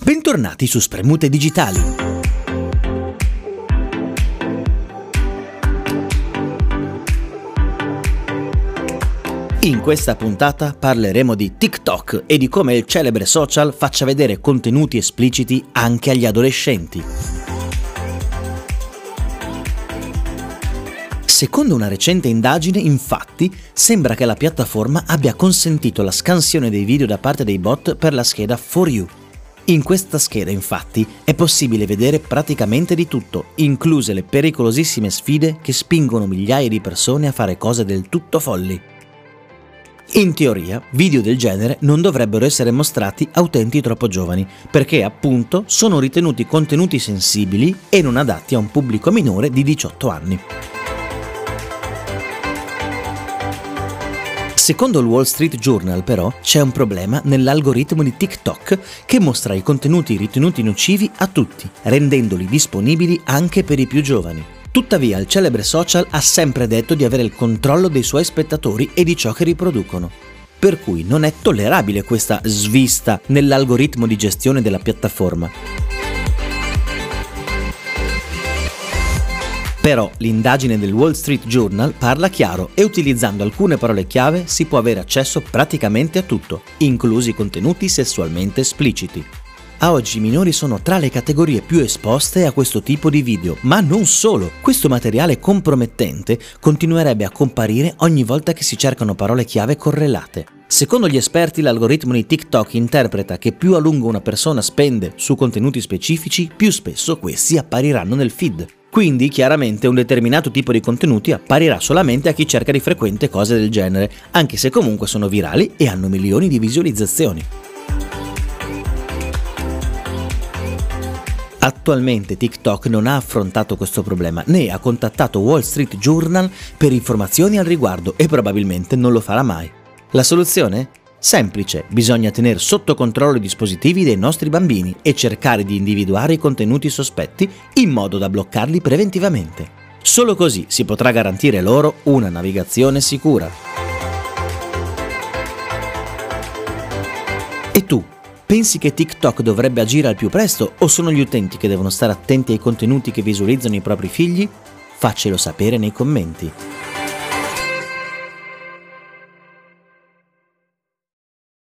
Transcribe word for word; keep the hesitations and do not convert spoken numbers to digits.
Bentornati su Spremute Digitali. In questa puntata parleremo di TikTok e di come il celebre social faccia vedere contenuti espliciti anche agli adolescenti. Secondo una recente indagine, infatti, sembra che la piattaforma abbia consentito la scansione dei video da parte dei bot per la scheda For You. In questa scheda, infatti, è possibile vedere praticamente di tutto, incluse le pericolosissime sfide che spingono migliaia di persone a fare cose del tutto folli. In teoria, video del genere non dovrebbero essere mostrati a utenti troppo giovani, perché appunto sono ritenuti contenuti sensibili e non adatti a un pubblico minore di diciotto anni. Secondo il Wall Street Journal, però, c'è un problema nell'algoritmo di TikTok che mostra i contenuti ritenuti nocivi a tutti, rendendoli disponibili anche per i più giovani. Tuttavia, il celebre social ha sempre detto di avere il controllo dei suoi spettatori e di ciò che riproducono. Per cui non è tollerabile questa svista nell'algoritmo di gestione della piattaforma. Però l'indagine del Wall Street Journal parla chiaro e utilizzando alcune parole chiave si può avere accesso praticamente a tutto, inclusi contenuti sessualmente espliciti. A oggi i minori sono tra le categorie più esposte a questo tipo di video, ma non solo. Questo materiale compromettente continuerebbe a comparire ogni volta che si cercano parole chiave correlate. Secondo gli esperti, l'algoritmo di TikTok interpreta che più a lungo una persona spende su contenuti specifici, più spesso questi appariranno nel feed. Quindi, chiaramente, un determinato tipo di contenuti apparirà solamente a chi cerca di frequente cose del genere, anche se comunque sono virali e hanno milioni di visualizzazioni. Attualmente TikTok non ha affrontato questo problema, né ha contattato Wall Street Journal per informazioni al riguardo e probabilmente non lo farà mai. La soluzione? Semplice, bisogna tenere sotto controllo i dispositivi dei nostri bambini e cercare di individuare i contenuti sospetti in modo da bloccarli preventivamente. Solo così si potrà garantire loro una navigazione sicura. E tu? Pensi che TikTok dovrebbe agire al più presto o sono gli utenti che devono stare attenti ai contenuti che visualizzano i propri figli? Faccelo sapere nei commenti.